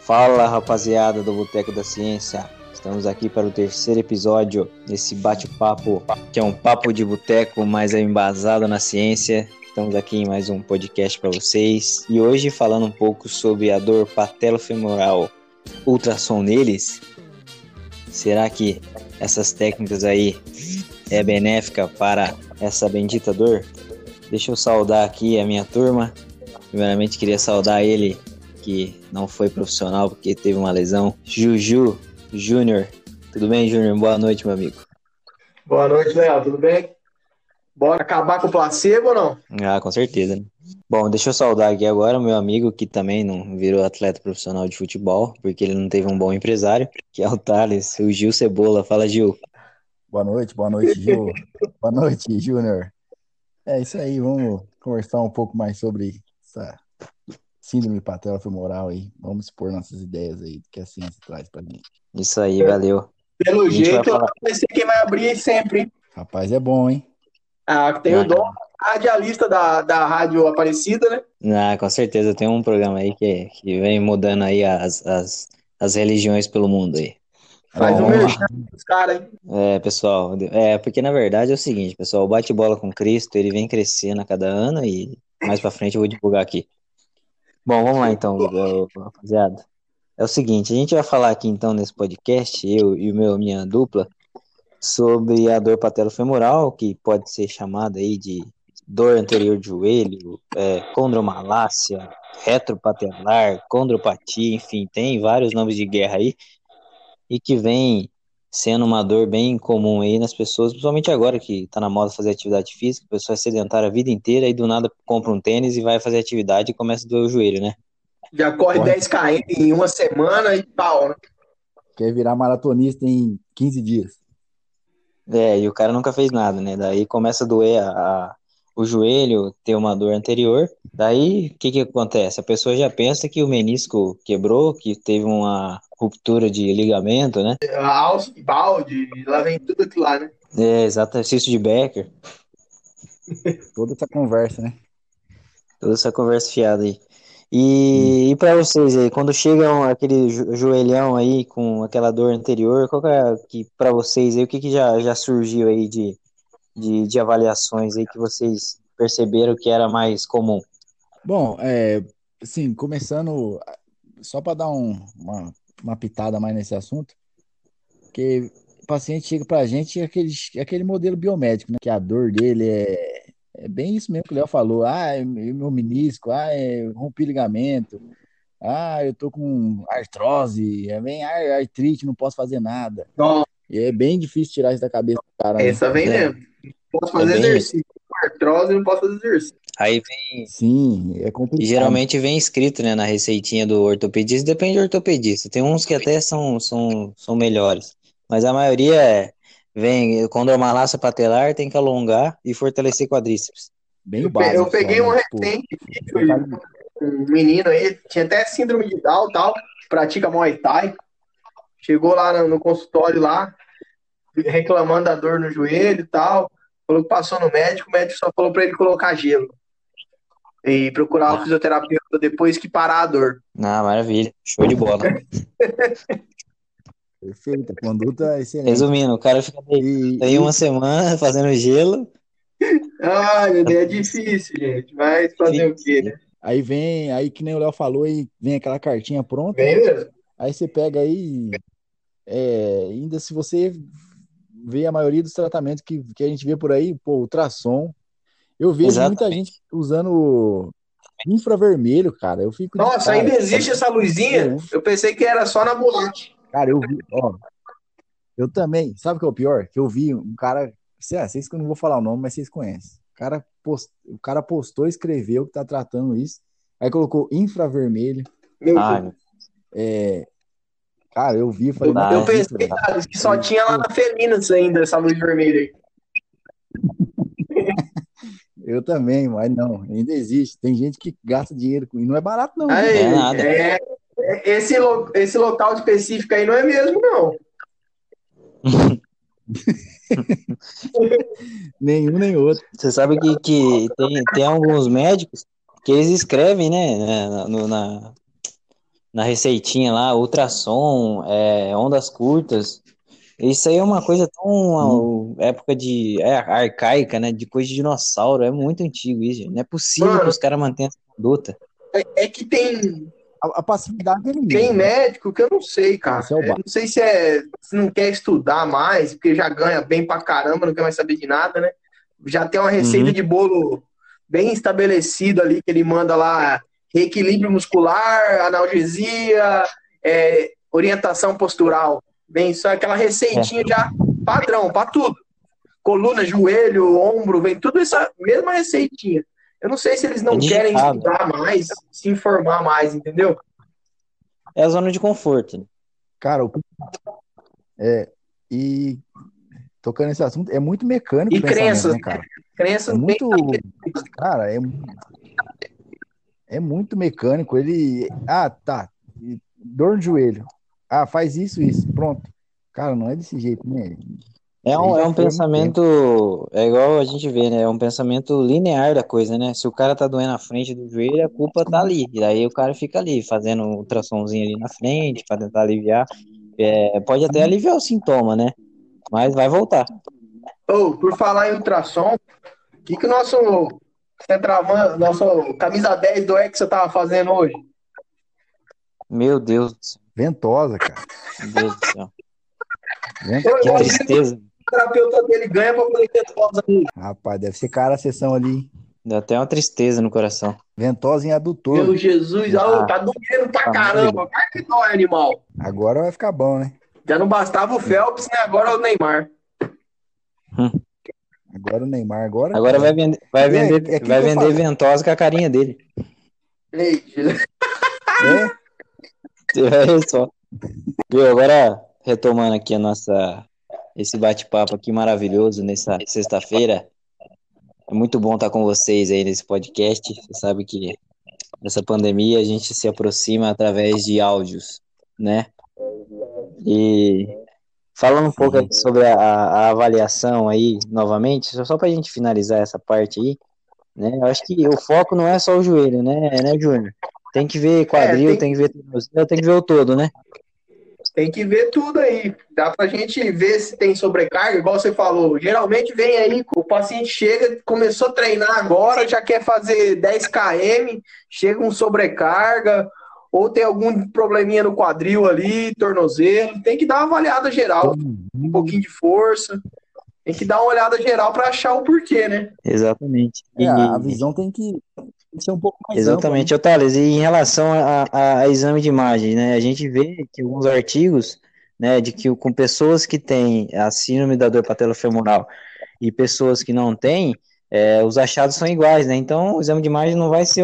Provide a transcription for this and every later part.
Fala, rapaziada do Boteco da Ciência. Estamos aqui para o terceiro episódio desse bate-papo, que é um papo de boteco, mas é embasado na ciência. Estamos aqui em mais um podcast para vocês. E hoje falando um pouco sobre a dor patelofemoral, ultrassom neles. Será que essas técnicas aí é benéfica para essa bendita dor? Deixa eu saudar aqui a minha turma. Primeiramente queria saudar ele, que não foi profissional porque teve uma lesão. Juju Júnior. Tudo bem, Júnior? Boa noite, meu amigo. Boa noite, Léo. Tudo bem? Bora acabar com o placebo ou não? Ah, com certeza, né? Bom, deixa eu saudar aqui agora o meu amigo que também não virou atleta profissional de futebol, porque ele não teve um bom empresário, que é o Thales, o Gil Cebola. Fala, Gil. Boa noite, Gil. Boa noite, Júnior. É isso aí, vamos conversar um pouco mais sobre essa síndrome patelofemoral aí. Vamos expor nossas ideias aí do que a ciência traz pra gente. Isso aí, valeu. Pelo A gente vai jeito, falar. vai ser quem vai abrir sempre, hein? Rapaz, é bom, hein? Tem o dom, radialista da Rádio Aparecida, né? Com certeza tem um programa aí que vem mudando aí as religiões pelo mundo aí. Faz Bom, um vamos lá. merchan dos caras, hein? Pessoal, porque na verdade é o seguinte, pessoal, o bate-bola com Cristo, ele vem crescendo a cada ano e mais pra frente eu vou divulgar aqui. Bom, vamos lá então, rapaziada. É o seguinte, a gente vai falar aqui então nesse podcast, eu e minha dupla, sobre a dor patelofemoral, que pode ser chamada aí de dor anterior de joelho, condromalácia, retropatelar, condropatia, enfim, tem vários nomes de guerra aí, e que vem sendo uma dor bem comum aí nas pessoas, principalmente agora que tá na moda fazer atividade física, a pessoa é sedentária a vida inteira e do nada compra um tênis e vai fazer atividade e começa a doer o joelho, né? Já corre Corre. 10 km em uma semana e pau, né? Quer virar maratonista em 15 dias. E o cara nunca fez nada, né? Daí começa a doer o joelho, ter uma dor anterior. Daí, o que acontece? A pessoa já pensa que o menisco quebrou, que teve uma ruptura de ligamento, né? Alce, balde, lá vem tudo aquilo lá, né? Exato, cisto de Becker, Toda essa conversa, né? toda essa conversa fiada aí. E para vocês aí, quando chegam aquele joelhão aí com aquela dor anterior, qual que para vocês aí, o que já surgiu aí de avaliações aí que vocês perceberam que era mais comum? Bom, assim, começando, só para dar uma pitada mais nesse assunto, que o paciente chega pra gente e aquele modelo biomédico, né? Que a dor dele é bem isso mesmo que o Léo falou. Ah, é meu menisco, rompi ligamento, eu tô com artrose, é bem artrite, não posso fazer nada. Não, E é bem difícil tirar isso da cabeça do cara, né? essa vem É, mesmo. Não posso é fazer bem isso. exercício. Com artrose, não posso fazer exercício. Aí vem, Sim, é e complicado. geralmente vem escrito, né, na receitinha do ortopedista, depende do ortopedista. Tem uns que até são melhores, mas a maioria vem condromalácia patelar, tem que alongar e fortalecer quadríceps. Bem o Eu básico só, peguei um né? Tipo, recente, fortalecer. um menino aí, tinha até síndrome de Down e tal, pratica Muay Thai. Chegou lá no consultório lá, reclamando da dor no joelho e tal. Falou que passou no médico, o médico só falou pra ele colocar gelo. E procurar o fisioterapeuta depois que parar a dor. Maravilha, show de bola. Perfeito, a conduta é excelente. Resumindo, o cara fica aí E uma semana fazendo gelo. Ai, meu Deus, é difícil, gente. Mas fazer o quê, né? aí vem, aí que nem o Léo falou, aí vem aquela cartinha pronta. Bem mesmo. Aí você pega aí, ainda se você vê a maioria dos tratamentos que a gente vê por aí, pô, ultrassom. Eu vejo muita Exatamente. gente usando infravermelho, cara. Eu fico de Nossa, cara. ainda existe essa luzinha? Eu pensei que era só na boate. Cara, eu vi, ó, eu também. Sabe o que é o pior? Que eu vi um cara, vocês que eu não vou falar o nome, mas vocês conhecem. O cara postou, escreveu que tá tratando isso. Aí colocou infravermelho. Meu Ai, Deus. Cara, eu vi, falei, não Eu tá. acredito, pensei, velho. cara, que só tinha lá na Felinas ainda essa luz vermelha aí. Eu também, mas não, ainda existe. Tem gente que gasta dinheiro com. E não é barato, não, viu? É Aí, nada. esse local específico aí não é mesmo, não. Nenhum nem outro. Você sabe que tem alguns médicos que eles escrevem, né, na receitinha lá, ultrassom, ondas curtas. Isso aí é uma coisa Sim. tão época de arcaica, né? De coisa de dinossauro. É muito antigo isso, gente. Não é possível que Mano, os caras mantenham essa conduta. é que A passividade ele tem usa, né? médico que eu não sei, cara. Esse é o Eu básico. não sei se não quer estudar mais, porque já ganha bem pra caramba, não quer mais saber de nada, né? Já tem uma receita Uhum. de bolo bem estabelecida ali, que ele manda lá reequilíbrio muscular, analgesia, orientação postural. Bem, só aquela É, receitinha já padrão, pra tudo. Coluna, joelho, ombro, vem tudo essa mesma receitinha. Eu não sei se eles é não querem digitado. estudar mais, se informar mais, entendeu? É a zona de conforto, né? Cara, e tocando nesse assunto, é muito mecânico o E pensamento, crenças, né, cara? É crenças bem. muito, cara, é muito mecânico. Tá, dor no joelho. Ah, faz isso, pronto. Cara, não é desse jeito, né? É Isso aí um, é já um foi há muito tempo. pensamento, é igual a gente vê, né? É um pensamento linear da coisa, né? Se o cara tá doendo na frente do joelho, a culpa tá ali. E daí o cara fica ali, fazendo um ultrassomzinho ali na frente, pra tentar aliviar. Pode até aliviar o sintoma, né? Mas vai voltar. Oh, por falar em ultrassom, o que o nosso centroavante, nosso camisa 10 do Hexa tava fazendo hoje? Meu Deus do céu. Ventosa, cara. Meu Deus do céu. Eu Que Ventosa. imagino que tristeza. o terapeuta dele ganha pra poder ter tosa ali. Rapaz, deve ser cara a sessão ali. Dá até uma tristeza no coração. Ventosa em adutor. Meu Jesus, Ah, tá doendo pra pelo amor de Deus. caramba. Vai que dói, animal. Agora vai ficar bom, né? Já não bastava o Phelps, né? Agora é o Neymar. Hum. Agora o Neymar, agora que Agora vai é. vender, vai É, vender, é aquilo vai que eu vender falei. ventosa com a carinha dele. Ei, É, Olha só. Viu? Agora, retomando aqui esse bate-papo aqui maravilhoso nessa sexta-feira. É muito bom estar com vocês aí nesse podcast. Você sabe que nessa pandemia a gente se aproxima através de áudios, né? E falando um pouco aí sim. sobre a avaliação aí, novamente, só para a gente finalizar essa parte aí, né? Eu acho que o foco não é só o joelho, né, Júnior? Tem que ver quadril, tem, tem que ver tornozelo, tem que ver o todo, né? tem que ver tudo aí. Dá pra gente ver se tem sobrecarga, igual você falou. Geralmente vem aí, o paciente chega, começou a treinar agora, já quer fazer 10 km, chega com sobrecarga, ou tem algum probleminha no quadril ali, tornozelo. Tem que dar uma avaliada geral, um pouquinho de força. Tem que dar uma olhada geral para achar o porquê, né? Exatamente. A visão tem que ser um pouco mais ampla, né? Exatamente, ô Thales, e em relação a exame de imagem, né, a gente vê que alguns artigos, né, de que com pessoas que têm a síndrome da dor patelofemoral e pessoas que não têm, os achados são iguais, né, então o exame de imagem não vai ser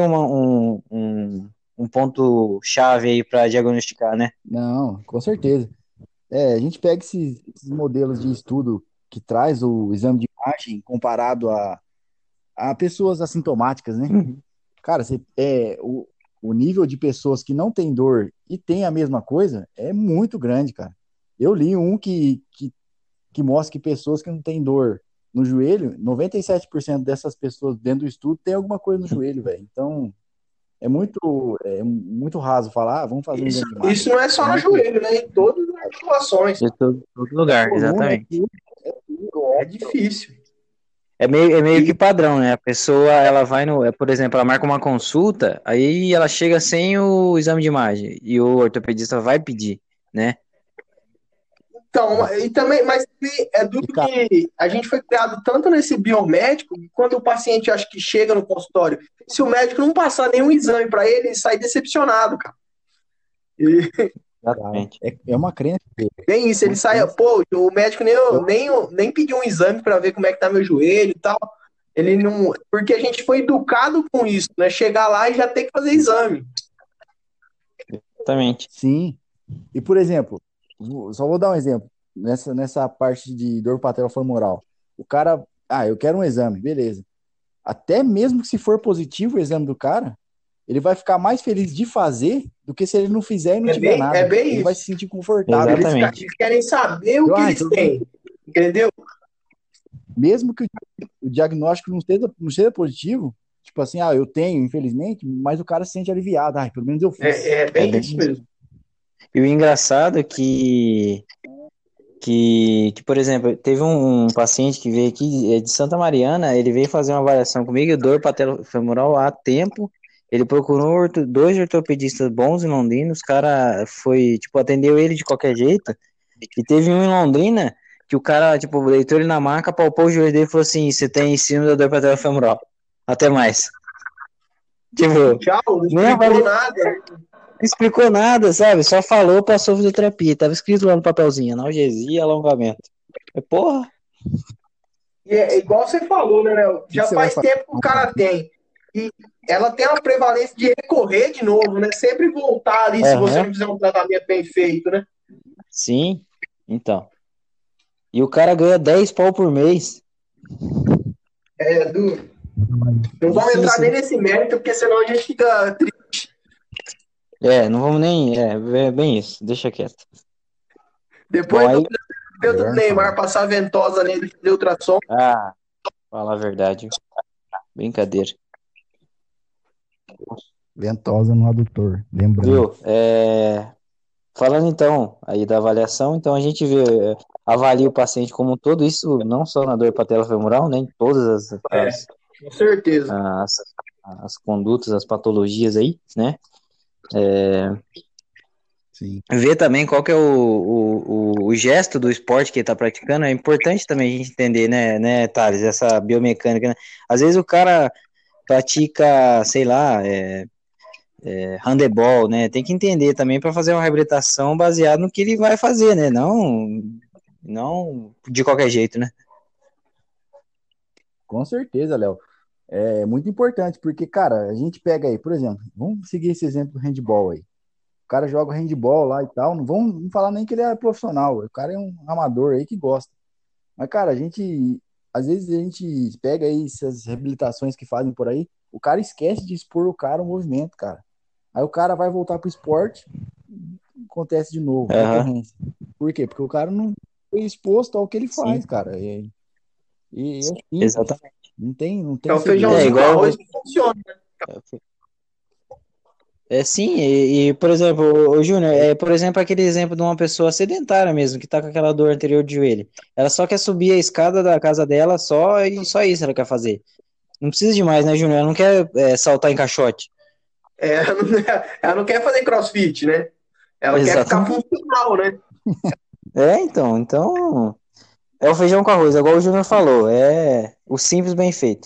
um ponto-chave aí para diagnosticar, né? Não, com certeza. A gente pega esses modelos de estudo que traz o exame de imagem comparado a pessoas assintomáticas, né? Uhum. Cara, o nível de pessoas que não têm dor e têm a mesma coisa é muito grande, cara. Eu li um que mostra que pessoas que não têm dor no joelho, 97% dessas pessoas dentro do estudo tem alguma coisa no joelho, velho. Então, é muito raso falar, vamos fazer um Isso, exame de isso imagem. não é É só no muito. joelho, né? Em todas as articulações. De todo É lugar, coluna, é exatamente. tudo, É difícil. É meio que E, padrão, né? A pessoa, ela vai por exemplo, ela marca uma consulta, aí ela chega sem o exame de imagem e o ortopedista vai pedir, né? então, e também, mas é duro E, cara, que a gente foi criado tanto nesse biomédico que quando o paciente acha que chega no consultório, se o médico não passar nenhum exame para ele, ele sai decepcionado, cara. E Exatamente. é uma crença dele, bem isso, ele uma sai, crença. pô, o médico Eu, nem pediu um exame para ver como é que tá meu joelho e tal. Ele não, porque a gente foi educado com isso, né? Chegar lá e já ter que fazer exame. Exatamente. sim. E, por exemplo, só vou dar um exemplo. Nessa parte de dor patelofemoral. O cara, eu quero um exame, beleza. Até mesmo que se for positivo o exame do cara, ele vai ficar mais feliz de fazer do que se ele não fizer e não tiver É nada. bem Ele vai isso. se sentir confortável. Exatamente. Eles querem saber o que eles Então, têm, entendeu? mesmo que o diagnóstico não seja positivo, tipo assim, eu tenho, infelizmente, mas o cara se sente aliviado. Pelo menos eu fiz. É É bem bem isso isso. mesmo. E o engraçado é que, por exemplo, teve um paciente que veio aqui de Santa Mariana, ele veio fazer uma avaliação comigo, dor patelofemoral há tempo, ele procurou dois ortopedistas bons em Londrina, os cara foi, tipo, atendeu ele de qualquer jeito, e teve um em Londrina que o cara, tipo, deitou ele na maca, palpou o joelho dele e falou assim, você tem síndrome da dor patelofemoral, até mais. Tipo, Tchau, não nem explicou avaliou, nada. não explicou nada, sabe? Só falou, passou fisioterapia. Tava escrito lá no papelzinho, analgesia e alongamento. Porra, E é igual você falou, né, Léo? Que Já você vai faz fazer? tempo que o cara tem. E ela tem uma prevalência de recorrer de novo, né? Sempre voltar ali se você aham, não fizer um tratamento bem feito, né? sim, então. E o cara ganha 10 pau por mês. Du, não vamos entrar nem Difícil, nesse mérito, porque senão a gente fica triste. né? Não vamos nem. É bem isso, deixa quieto. Bom, Depois aí. do Melhor não Neymar falar. passar ventosa nele, fazer ultrassom. Ah, falar a verdade. Brincadeira. Ventosa no adutor, lembrando. Viu? Falando então aí da avaliação, então a gente avalia o paciente como um todo, isso não só na dor patelofemoral, né? Em todas É, com certeza. as, as condutas, as patologias aí, né? Sim. Ver também qual que é o gesto do esporte que ele está praticando, é importante também a gente entender, né, Thales, essa biomecânica, né? Às vezes o cara pratica, sei lá, handebol, né? Tem que entender também para fazer uma reabilitação baseada no que ele vai fazer, né? Não de qualquer jeito, né? Com certeza, Léo. É muito importante, porque, cara, a gente pega aí, por exemplo, vamos seguir esse exemplo do handball aí. O cara joga handball lá e tal, não falar nem que ele é profissional, o cara é um amador aí que gosta. Mas, cara, às vezes a gente pega aí essas reabilitações que fazem por aí, o cara esquece de expor o cara ao movimento, cara. Aí o cara vai voltar pro esporte, acontece de novo, Aham, recorrência. Por quê? Porque o cara não foi exposto ao que ele sim, faz, cara. E é simples. exatamente. É Não tem o É segredo. feijãozinho com igual arroz que funciona. sim, por exemplo, o Júnior, por exemplo, aquele exemplo de uma pessoa sedentária mesmo, que tá com aquela dor anterior de joelho. Ela só quer subir a escada da casa dela só e só isso ela quer fazer. Não precisa de mais, né, Júnior? Ela não quer saltar em caixote. Ela não quer fazer crossfit, né? Ela quer ficar Exatamente. funcional, né? Então, é o feijão com arroz, é igual o Júnior falou, é o simples bem feito.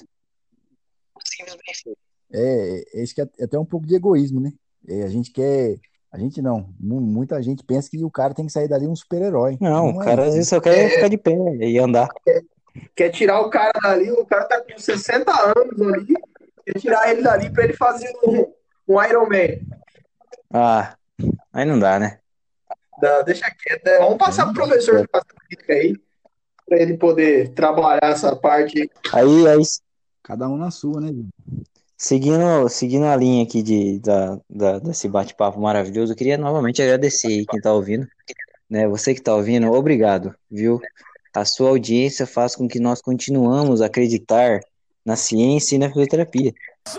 Isso que é até um pouco de egoísmo, né? A gente quer. A gente não. Muita gente pensa que o cara tem que sair dali um super-herói. E Não, o não é cara às isso, né? vezes só quer ficar de pé e andar. Quer tirar o cara dali, o cara tá com 60 anos ali, quer tirar ele dali pra ele fazer um Iron Man. Ah, aí não dá, né? Não, deixa quieto, né? Vamos Aí passar não pro dá. professor de educação física aí, pra ele poder trabalhar essa parte aí. Aí, Cada um na sua, né, gente? seguindo a linha aqui desse bate-papo maravilhoso, eu queria novamente agradecer aí quem tá ouvindo, né? Você que tá ouvindo, obrigado, viu? A sua audiência faz com que nós continuamos a acreditar na ciência e na fisioterapia.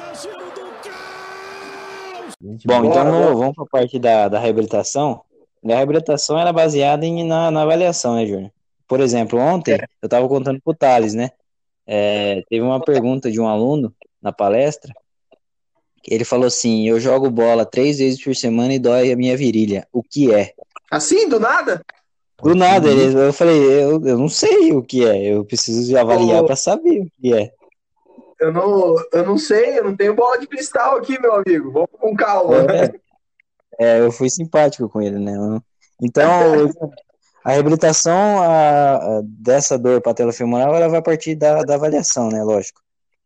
Gente Bom, boa. então Bora, bora. vamos para a parte da reabilitação. A reabilitação ela é baseada na avaliação, né, Júnior? Por exemplo, ontem eu estava contando pro Thales, né? Teve uma pergunta de um aluno na palestra. Ele falou assim: eu jogo bola 3 vezes por semana e dói a minha virilha. O que é? Assim, do nada? Do Pode ser nada, isso. eu falei: eu não sei o que é. Eu preciso de avaliar Ô, para saber o que é. eu não sei, eu não tenho bola de cristal aqui, meu amigo. Vamos com calma. Eu fui simpático com ele, né? Então, a reabilitação dessa dor patelofemoral, ela vai partir da avaliação, né? Lógico.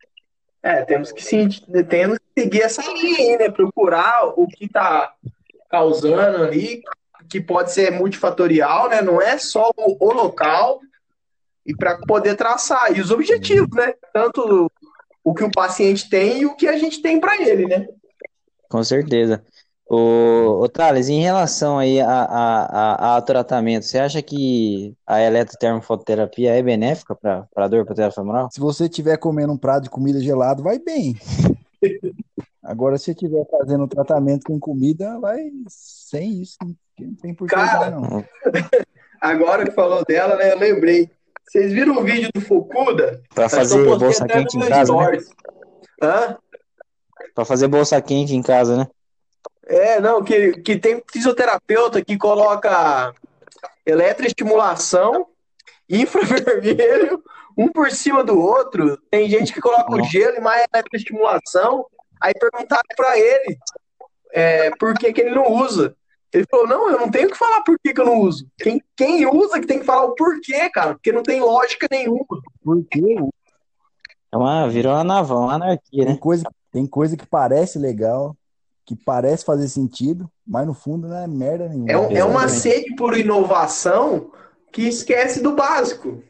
Temos que seguir essa linha aí, né? Procurar o que está causando ali, que pode ser multifatorial, né? Não é só o local, e para poder traçar. E os objetivos, né? Tanto o que o paciente tem e o que a gente tem para ele, né? Com certeza. Ô, Thales, em relação aí ao tratamento, você acha que a eletrotermofototerapia é benéfica para a dor patelofemoral? Se você estiver comendo um prato de comida gelado, vai bem. Agora, se estiver fazendo um tratamento com comida, vai sem isso. Não tem por que usar, Cara, não. agora que falou dela, né? Eu lembrei. Vocês viram o vídeo do Fukuda? Para Acho que eu fazer postei bolsa até no quente em meu casa, né? stories. Hã? Para fazer bolsa quente em casa, né? Não, que tem fisioterapeuta que coloca eletroestimulação, infravermelho, um por cima do outro. Tem gente que coloca o Não. gelo e mais eletroestimulação. Aí perguntaram pra ele por que que ele não usa. Ele falou, não, eu não tenho que falar por que que eu não uso. Quem usa que tem que falar o porquê, cara, porque não tem lógica nenhuma. Porque Virou uma navão, uma anarquia, tem né? coisa que parece legal, que parece fazer sentido, mas no fundo não é merda nenhuma. É uma Exatamente. sede por inovação que esquece do básico.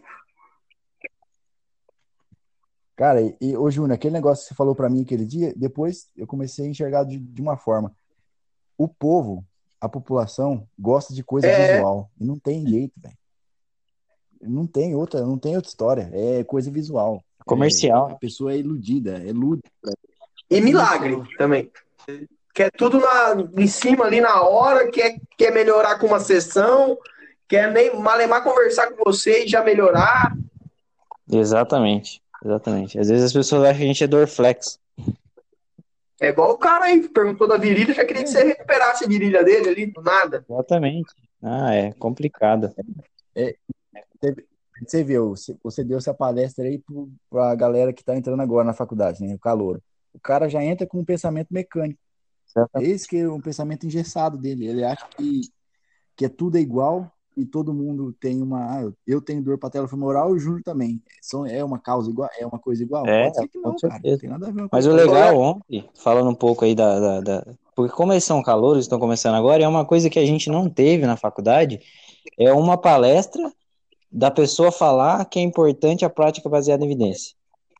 Cara, ô Júnior, aquele negócio que você falou pra mim aquele dia, depois eu comecei a enxergar de uma forma. O povo, a população, gosta de coisa É, visual. E não tem jeito, velho. Não tem outra história. É coisa visual. Comercial, A né? pessoa é iludida, é lúdica. e Isso, milagre também. Quer tudo em cima ali na hora, quer melhorar com uma sessão, quer nem malemar conversar com você e já melhorar. Exatamente. Exatamente. Às vezes as pessoas acham que a gente é Dorflex. É igual o cara aí que perguntou da virilha, já queria que você recuperasse a virilha dele ali, do nada. Exatamente. É complicado. é, você viu, você deu essa palestra aí pra galera que tá entrando agora na faculdade, né? O calouro. O cara já entra com um pensamento mecânico. Esse que é um pensamento engessado dele. Ele acha que é tudo é igual e todo mundo tem uma. Eu tenho dor patelofemoral e o Júnior também. É uma causa igual? É uma coisa igual? É, Pode ser que com não, cara. Não certeza. tem nada a ver uma Mas coisa o com a outra. legal ontem, falando um pouco aí Porque como eles são calouros, estão começando agora, é uma coisa que a gente não teve na faculdade, é uma palestra da pessoa falar que é importante a prática baseada em evidência.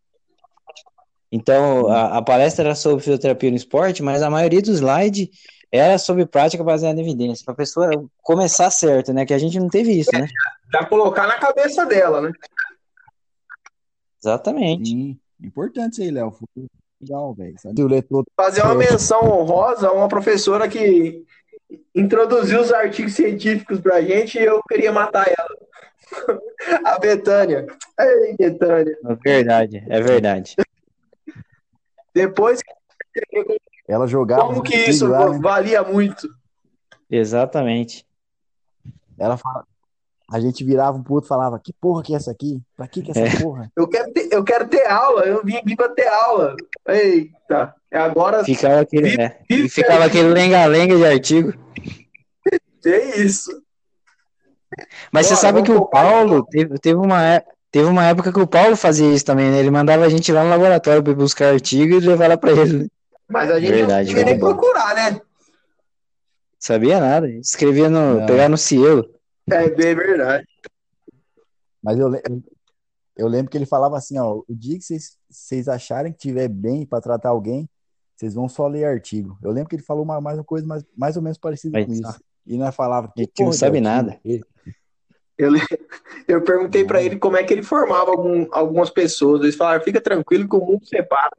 Então, Sim. a palestra era sobre fisioterapia no esporte, mas a maioria do slide era sobre prática baseada em evidência, para a pessoa começar certo, né? Que a gente não teve isso, né? Já colocar na cabeça dela, né? Exatamente. Sim. Importante isso aí, Léo. Foi legal, velho. Sabe? O leitor Fazer uma menção honrosa a uma professora que introduziu os artigos científicos pra gente e eu queria matar ela. A Betânia. Ei, Betânia. É verdade, é verdade. Depois, ela jogava como os que isso artigos lá, né? valia muito? Exatamente. Ela fala, a gente virava um pro outro e falava, que porra que é essa aqui? Pra que é essa porra? Eu quero ter aula, eu vim aqui pra ter aula. Eita, agora Ficava vive e ficava aquele lenga-lenga de artigo. é isso. Mas você Bora, sabe que vamos o focar Paulo, teve uma época que o Paulo fazia isso também, né? Ele mandava a gente lá no laboratório para buscar artigo e levar lá para ele, né? Mas a gente não Verdade, sabia show de nem bola. procurar, né? Sabia nada, escrevia Não, pegar no cielo. É bem verdade. mas eu lembro que ele falava assim, ó, o dia que vocês acharem que tiver bem para tratar alguém, vocês vão só ler artigo. Eu lembro que ele falou mais uma coisa mais ou menos parecida Mas com só, isso. E nós falava, a que gente não porra de sabe artigo? nada. Eu, eu perguntei pra Nada. ele como é que ele formava algumas pessoas. Eles falaram, fica tranquilo que o mundo separa.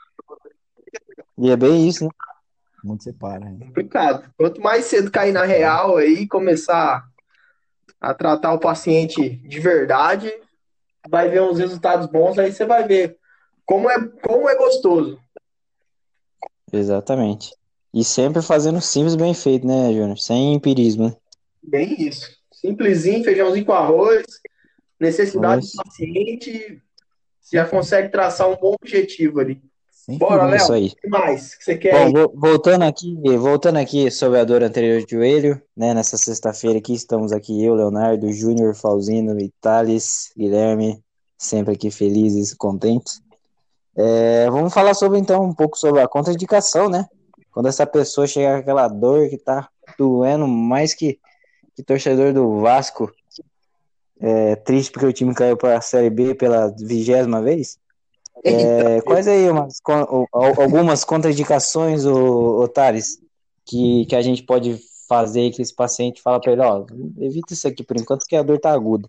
E é bem isso, né? O mundo separa, né? Complicado. Quanto mais cedo cair na real aí, começar a tratar o paciente de verdade, vai ver uns resultados bons, aí você vai ver como é gostoso. Exatamente. E sempre fazendo simples bem feito, né, Júnior? Sem empirismo, né? Bem isso. Simplesinho, feijãozinho com arroz, necessidade do Pois, paciente, Sem, já consegue traçar um bom objetivo ali. sem Bora, firula. isso Léo. O aí. que mais que você quer Bom, aí? voltando aqui sobre a dor anterior de joelho, né? Nessa sexta-feira aqui, estamos aqui eu, Leonardo, Júnior, Flauzino e Thales, Guilherme, sempre aqui felizes e contentes. Vamos falar sobre, então, um pouco sobre a contraindicação, né? Quando essa pessoa chega com aquela dor que tá doendo mais que torcedor do Vasco, triste porque o time caiu para a Série B pela 20ª vez. Eita, Quais aí algumas contraindicações, Thales? que a gente pode fazer que esse paciente fala para ele, ó, evita isso aqui por enquanto que a dor tá aguda.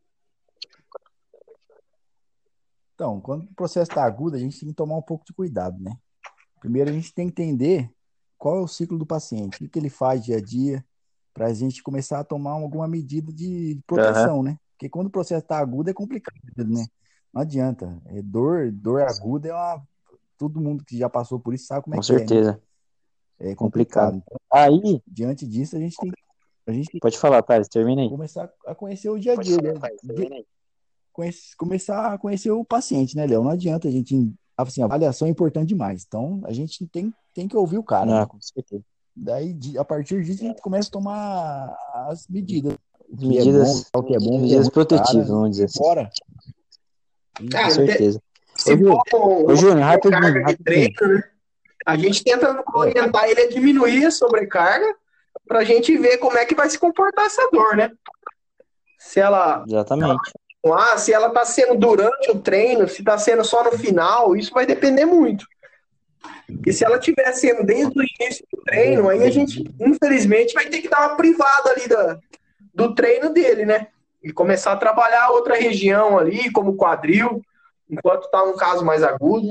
Então, quando o processo está agudo, a gente tem que tomar um pouco de cuidado, né? Primeiro, a gente tem que entender qual é o ciclo do paciente, o que ele faz dia a dia, para a gente começar a tomar alguma medida de Aham, proteção, né? Porque quando o processo está agudo é complicado, né? Não adianta. Dor aguda todo mundo que já passou por isso sabe como é com que é, né? certeza, É complicado. complicado. Então, Aí, diante disso, a gente tem que pode falar, Thales, termina aí. começar a conhecer o dia a dia, né? Começar a conhecer o paciente, né, Léo? Não adianta a gente. Assim, a avaliação é importante demais. Então, a gente tem que ouvir o cara, Ah, né? com certeza. Daí, a partir disso, a gente começa a tomar as medidas. O As que é bom, medidas, o que é bom, o que é medidas ruim pro cara. protetivas, vamos dizer E assim, bora. com Ah, Isso. certeza. se for Ô, uma Júnior, rapidinho, sobrecarga de treino, rapidinho. né? A gente tenta É, orientar ele a diminuir a sobrecarga para a gente ver como é que vai se comportar essa dor, né? Se ela, Exatamente. se ela está sendo durante o treino, se está sendo só no final, isso vai depender muito. E se ela estiver sendo desde o início do treino, aí a gente, infelizmente, vai ter que dar uma privada ali do treino dele, né? E começar a trabalhar outra região ali, como o quadril, enquanto está num caso mais agudo.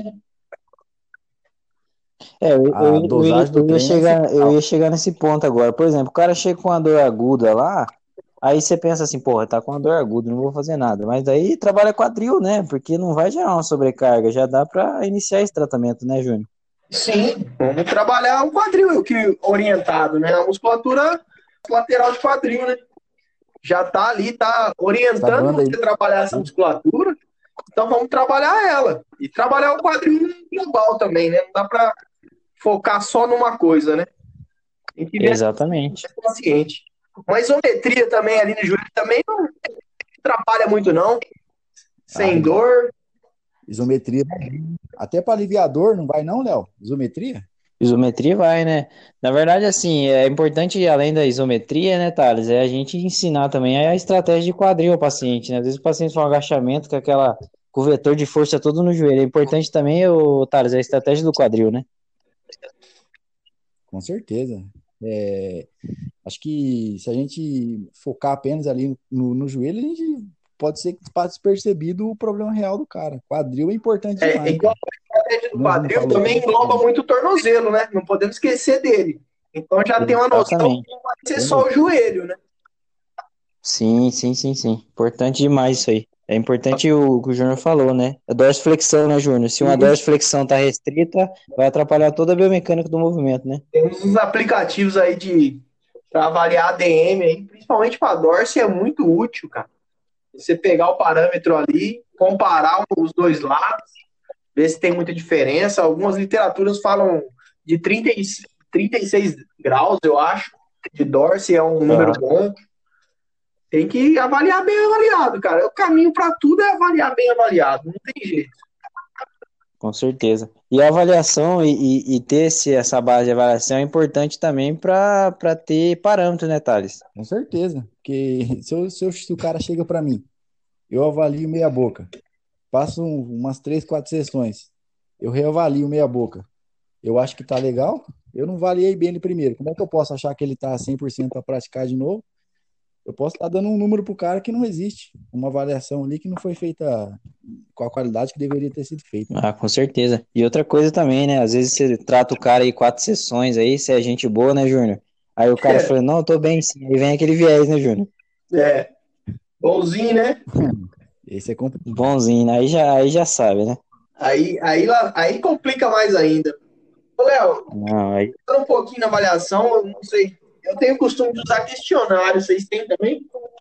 É, a dosagem do treino é eu essencial. ia chegar nesse ponto agora. Por exemplo, o cara chega com uma dor aguda lá, aí você pensa assim, porra, tá com uma dor aguda, não vou fazer nada. Mas daí trabalha quadril, né? Porque não vai gerar uma sobrecarga, já dá pra iniciar esse tratamento, né, Júnior? Sim, vamos trabalhar o quadril, que orientado, né? A musculatura lateral de quadril, né? Já tá ali, tá Essa orientando banda aí. você a trabalhar essa musculatura, então vamos trabalhar ela. E trabalhar o quadril global também, né? Não dá pra focar só numa coisa, né? Tem que ver Exatamente. o paciente. Uma isometria também ali no joelho também não atrapalha muito, não. A Sem dor. isometria. Até para aliviador, não vai não, Léo? Isometria? Isometria vai, né? Na verdade, assim, é importante, além da isometria, né, Thales, é a gente ensinar também a estratégia de quadril ao paciente, né? Às vezes o paciente faz um agachamento com o vetor de força todo no joelho. É importante também, Thales, a estratégia do quadril, né? Com certeza. É, acho que se a gente focar apenas ali no joelho, a gente pode ser que passe despercebido o problema real do cara. Quadril é importante É demais, igual cara. a estratégia do Como o Júnior quadril falou. também engloba muito o tornozelo, né? Não podemos esquecer dele. Então já tem uma noção que Exatamente. não vai ser só o joelho, né? Sim, sim, sim, sim. Importante demais isso aí. É importante o que o Júnior falou, né? A dorsiflexão, né, Júnior? Se uma Isso. dorsiflexão tá restrita, vai atrapalhar toda a biomecânica do movimento, né? Temos uns aplicativos aí para avaliar ADM aí, principalmente para dorse, é muito útil, cara. Você pegar o parâmetro ali, comparar os dois lados, ver se tem muita diferença. Algumas literaturas falam de 36 graus, eu acho, de dorse, é um número Aham, bom. Tem que avaliar bem avaliado, cara. O caminho para tudo é avaliar bem avaliado, não tem jeito. com certeza. E a avaliação e ter essa base de avaliação é importante também para ter parâmetro, né, Thales? Com certeza. Porque se o cara chega para mim, eu avalio meia boca, passo umas 3, 4 sessões, eu reavalio meia boca. Eu acho que tá legal, eu não avaliei bem ele primeiro. Como é que eu posso achar que ele tá 100% para praticar de novo? Eu posso estar dando um número pro cara que não existe. Uma avaliação ali que não foi feita com a qualidade que deveria ter sido feita. Ah, com certeza. E outra coisa também, né? Às vezes você trata o cara aí 4 sessões aí, se é gente boa, né, Júnior? Aí o cara fala, não, eu tô bem sim. Aí vem aquele viés, né, Júnior? É, bonzinho, né? Esse é complicado. Bonzinho, né? Aí já sabe, né? Aí complica mais ainda. Ô, Léo, Não, aí. um pouquinho na avaliação, eu não sei. Eu tenho o costume de usar questionário, vocês têm também?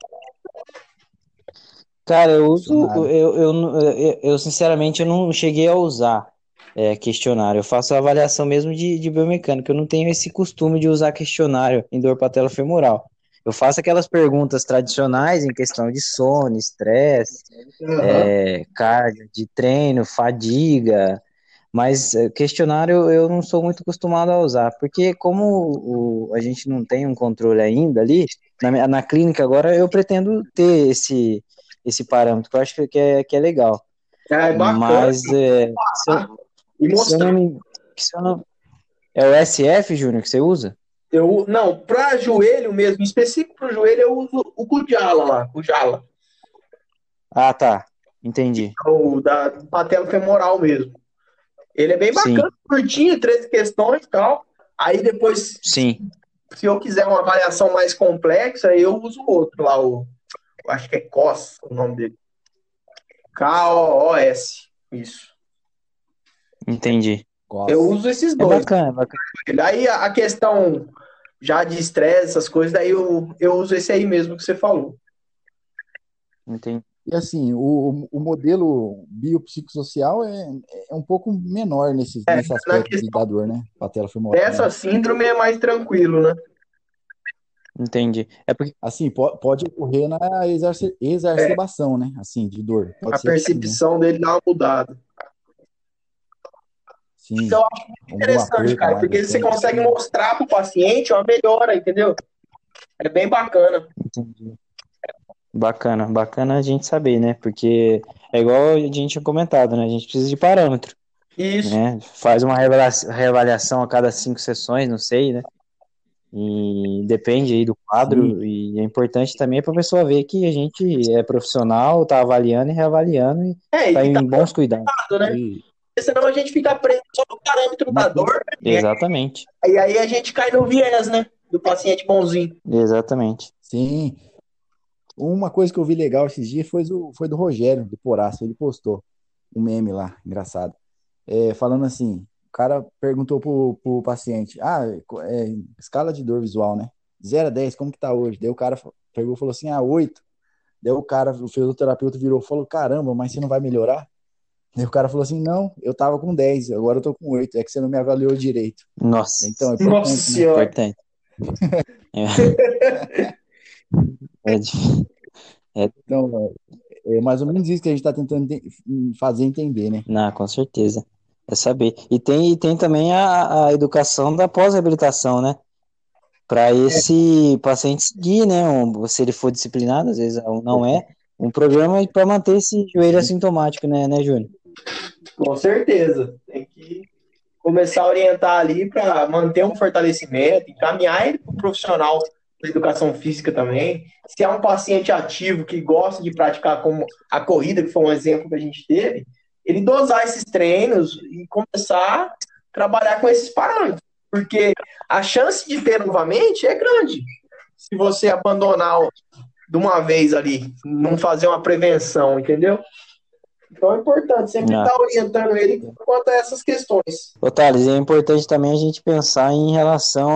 Cara, eu uso, Funcionário. eu sinceramente eu não cheguei a usar questionário. Eu faço a avaliação mesmo de biomecânica. Eu não tenho esse costume de usar questionário em dor patelofemoral. Eu faço aquelas perguntas tradicionais em questão de sono, estresse, Aham. carga de treino, fadiga, mas questionário eu não sou muito acostumado a usar, porque como a gente não tem um controle ainda ali, na clínica agora eu pretendo ter esse parâmetro, que eu acho que é legal. É bacana. Mas se eu, E se eu não mostrar. me. Se eu não, é o SF, Júnior, que você usa? Não, para joelho mesmo, em específico para o joelho, eu uso o Kujala lá, o Jala, Ah, tá. Entendi. o da patela femoral mesmo. Ele é bem Sim, bacana, curtinho, 13 questões e tal. Aí depois, sim. se eu quiser uma avaliação mais complexa, eu uso o outro lá, eu acho que é COS, o nome dele. KOOS, isso. Entendi. Eu Gosto. uso esses É dois. bacana, é bacana. Daí a questão já de estresse, essas coisas, daí eu uso esse aí mesmo que você falou. Entendi. E assim, o modelo biopsicossocial é um pouco menor nesse Na aspecto questão da dor, né? Patela femoral, dessa né? síndrome é mais tranquilo, né? Entendi. É porque, Assim, pode ocorrer na É, exacerbação, né? Assim, de dor. a Pode ser que sim, né? percepção dele dá uma mudada. Isso Sim. eu acho muito Alguma interessante, perca cara, mais porque você recente, consegue assim. mostrar para o paciente uma melhora, entendeu? É bem bacana. entendi. Bacana, bacana a gente saber, né? Porque é igual a gente tinha comentado, né? A gente precisa de parâmetro, Isso. né? Faz uma reavaliação a cada 5 sessões, não sei, né? E depende aí do Sim. quadro, e é importante também para a pessoa ver que a gente é profissional, tá avaliando e reavaliando e É, e tá que tá em bons cuidados. dado, né? E Porque senão a gente fica preso só no parâmetro uma da coisa, dor, né? Exatamente, E aí a gente cai no viés, né? Do paciente bonzinho. exatamente. sim. Uma coisa que eu vi legal esses dias foi do Rogério, do Poraço. Ele postou um meme lá, engraçado. Falando assim, o cara perguntou pro paciente, escala de dor visual, né? 0 a 10, como que tá hoje? Daí o cara pegou e falou assim, 8. Daí o fisioterapeuta virou e falou, caramba, mas você não vai melhorar? Daí o cara falou assim, não, eu tava com 10, agora eu tô com 8, é que você não me avaliou direito. Então, Nossa, é Nossa importante, né? senhora. importante. É, é, é, Então, é mais ou menos isso que a gente tá tentando fazer entender, né? não, com certeza. É saber. E tem também a educação da pós-reabilitação, né? Para esse paciente seguir, né? Se ele for disciplinado, às vezes não é, um programa para manter esse joelho assintomático, né, Júnior? Com certeza. Tem que começar a orientar ali para manter um fortalecimento, encaminhar ele para o profissional da educação física também. Se é um paciente ativo que gosta de praticar como a corrida, que foi um exemplo que a gente teve, ele dosar esses treinos e começar a trabalhar com esses parâmetros. Porque a chance de ter novamente é grande. Se você abandonar de uma vez ali, não fazer uma prevenção, entendeu? Então é importante sempre Ah. estar orientando ele quanto a essas questões. Ô, Thales, é importante também a gente pensar em relação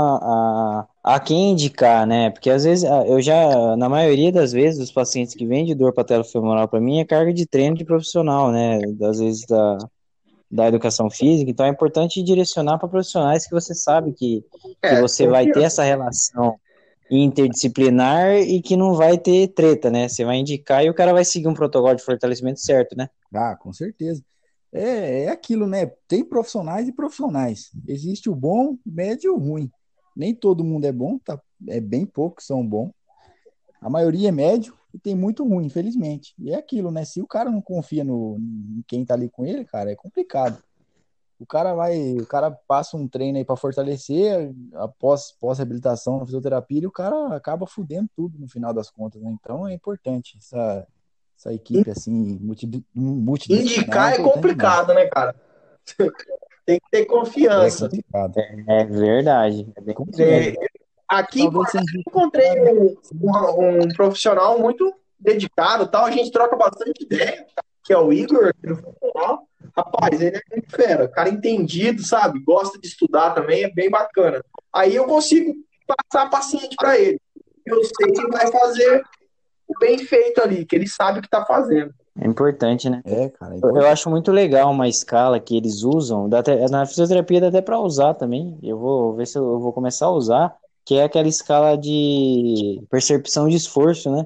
a quem indicar, né? Porque às vezes, eu já, na maioria das vezes, os pacientes que vêm de dor patelofemoral para mim é carga de treino de profissional, né? Às vezes da educação física, então é importante direcionar para profissionais que você sabe que você vai ter Confiança. essa relação interdisciplinar e que não vai ter treta, né? Você vai indicar e o cara vai seguir um protocolo de fortalecimento certo, né? Ah, com certeza. É aquilo, né? Tem profissionais e profissionais. Existe o bom, médio e o ruim. Nem todo mundo é bom, tá? É bem poucos são bons. A maioria é médio e tem muito ruim, infelizmente. E é aquilo, né? Se o cara não confia em quem tá ali com ele, cara, é complicado. O cara passa um treino aí para fortalecer, após reabilitação na fisioterapia, e o cara acaba fudendo tudo no final das contas, né? Então é importante essa equipe assim multidisciplinar, é Indicar é importante demais. complicado, né, cara? Tem que ter É confiança. complicado. É verdade, é bem Como difícil. É, você, aqui, por talvez você exemplo, indique eu um encontrei cara. um profissional muito dedicado, tal. A gente troca bastante ideia, que é o Igor, aqui do profissional. Rapaz, ele é muito fera, cara entendido, sabe? Gosta de estudar também, é bem bacana. Aí eu consigo passar paciente para ele. Eu sei que vai fazer o bem feito ali, que ele sabe o que está fazendo. É importante, né? Cara, é Eu importante. acho muito legal uma escala que eles usam, na fisioterapia dá até para usar também. Eu vou ver se eu vou começar a usar, que é aquela escala de percepção de esforço, né?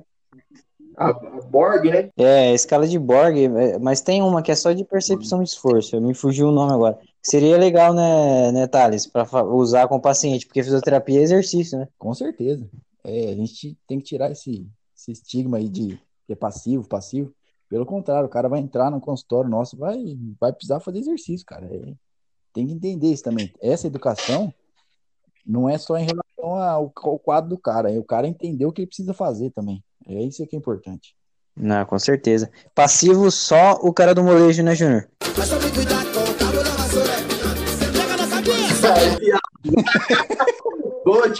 A Borg, né? É, escala de Borg, mas tem uma que é só de percepção de esforço. Me fugiu o nome agora. Seria legal, né, Thales, para usar com o paciente, porque fisioterapia é exercício, né? Com certeza. A gente tem que tirar esse estigma aí de que é passivo, passivo. Pelo contrário, o cara vai entrar no consultório nosso, vai precisar fazer exercício, cara. Tem que entender isso também. Essa educação não é só em relação ao quadro do cara, é o cara entender o que ele precisa fazer também. É isso que é importante. Não, com certeza. Passivo só o cara do molejo, né, Júnior? Mas tome cuidado com o cabo da vassoura. Pega na cabeça. Aí, viado. Gote.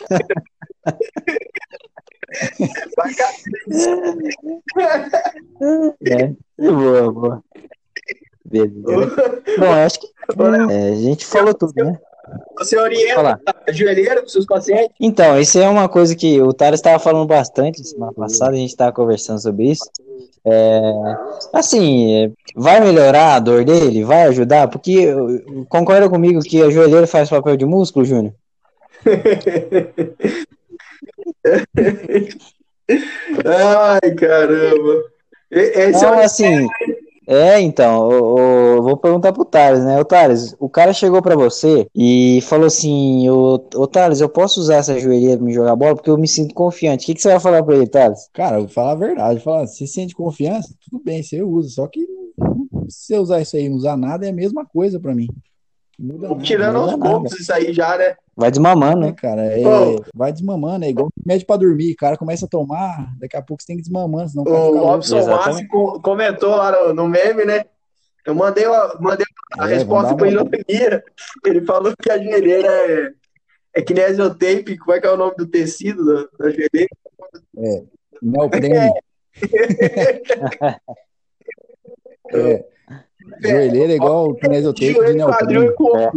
É. Boa, boa. Beleza. Bom, eu acho que a gente falou tudo, né? Você orienta a joelheira para seus pacientes? Então, isso é uma coisa que o Thales estava falando bastante semana passada, a gente estava conversando sobre isso. Assim, vai melhorar a dor dele? Vai ajudar? Porque concorda comigo que a joelheira faz papel de músculo, Júnior? Ai, caramba. Esse Então, assim, então, vou perguntar pro Thales, né? Ô, Thales, o cara chegou pra você e falou assim, ô Thales, eu posso usar essa joelheira pra me jogar bola porque eu me sinto confiante. O que você vai falar pra ele, Thales? Cara, eu vou falar a verdade. Falar, se sente confiança, tudo bem, você usa. Só que se você usar isso aí e não usar nada, é a mesma coisa pra mim. Não muda nada. tirando não aos muda poucos nada. isso aí já, né? Vai desmamando, né, né? cara? Pô. Vai desmamando, é igual remédio pra dormir. O cara começa a tomar, daqui a pouco você tem que desmamando, senão o cara O fica louco. Robson Exatamente. Massi comentou lá no meme, né? Eu mandei a resposta para ele outro dia. Ele falou que a joelheira é kinesiotape. Como é que é o nome do tecido da joelheira? Neoprene. Joelheira é igual o kinesiotape de Joelho, quadril neoprene. e corpo.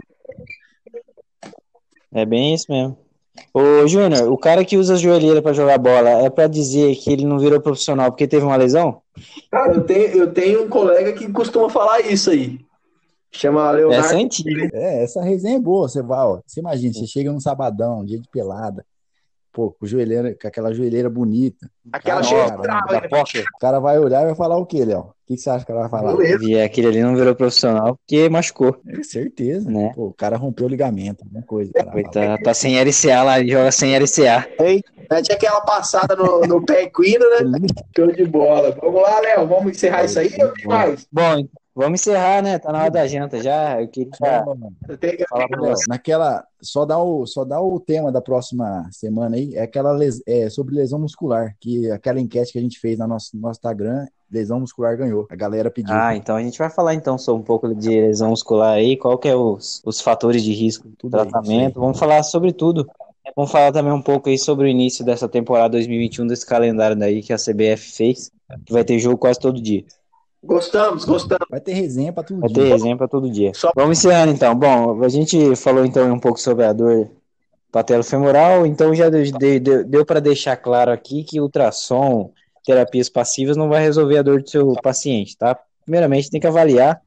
É bem isso mesmo. Ô, Júnior, o cara que usa joelheira pra jogar bola é pra dizer que ele não virou profissional porque teve uma lesão? Cara, eu tenho um colega que costuma falar isso aí. Chama Leonardo. Essa é antiga. Essa resenha é boa. Você vai, ó. Você imagina, você chega num sabadão, dia de pelada, pô, com aquela joelheira bonita. Aquela Cara, cheia de caramba. trava, né? O cara vai olhar e vai falar o quê, Léo? O que você acha que ela vai falar? Beleza. E aquele ali não virou profissional porque machucou. É certeza. Né? Pô, o cara rompeu o ligamento, alguma coisa. Cara, Tá sem LCA lá, ele joga sem LCA. Mete aquela passada no pé equino, né? Show de bola. Vamos lá, Léo. Vamos encerrar isso aí ou tem mais? Bom, vamos encerrar, né? Tá na hora da janta já. Eu queria falar pra você. Naquela, só dá o tema da próxima semana aí, é aquela sobre lesão muscular, que aquela enquete que a gente fez no nosso Instagram, lesão muscular ganhou. A galera pediu. Então a gente vai falar então sobre um pouco de lesão muscular aí, qual que é os fatores de risco do tratamento. Vamos falar sobre tudo. Vamos falar também um pouco aí sobre o início dessa temporada 2021, desse calendário daí que a CBF fez, que vai ter jogo quase todo dia. Gostamos. Vai ter resenha pra todo Vai dia. ter resenha pra todo dia. Vamos encerrando então. Bom, a gente falou então um pouco sobre a dor patelofemoral, então já deu para deixar claro aqui que ultrassom, terapias passivas não vai resolver a dor do seu paciente, tá? Primeiramente tem que avaliar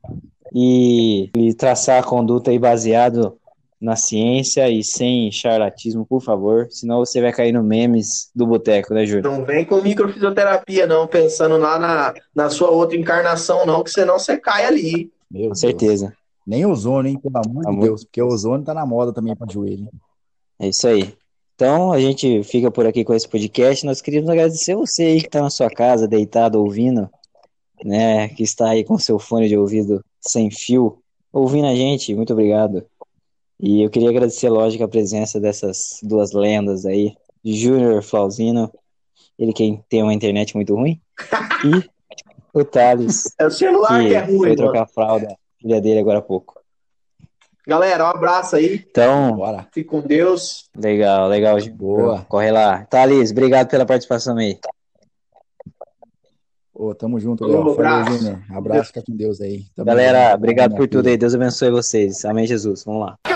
e traçar a conduta aí baseado na ciência e sem charlatismo, por favor, senão você vai cair no memes do boteco, né, Júlio? Não vem com microfisioterapia, não, pensando lá na sua outra encarnação, não, que senão você cai ali. Meu Com certeza. Deus. Nem ozônio, hein, pelo amor de Deus, porque o ozônio tá na moda também pra joelho. É isso aí. Então, a gente fica por aqui com esse podcast. Nós queríamos agradecer você aí que está na sua casa, deitado, ouvindo, né, que está aí com seu fone de ouvido sem fio, ouvindo a gente. Muito obrigado. E eu queria agradecer, lógico, a presença dessas duas lendas aí, Júnior Flauzino, ele que tem uma internet muito ruim, e o Thales, É o celular que é ruim, foi trocar mano. a fralda, filha dele agora há pouco. Galera, um abraço aí. Então, Bora. Fique com Deus. legal, Júnior. Boa. Corre lá. Thales, obrigado pela participação aí. Ô, tamo junto, Ô, Léo. Falou, abraço. Júnior. Abraço, fica com Deus aí. Tamo Galera, junto. obrigado por Minha tudo filha. aí. Deus abençoe vocês. Amém, Jesus. Vamos lá.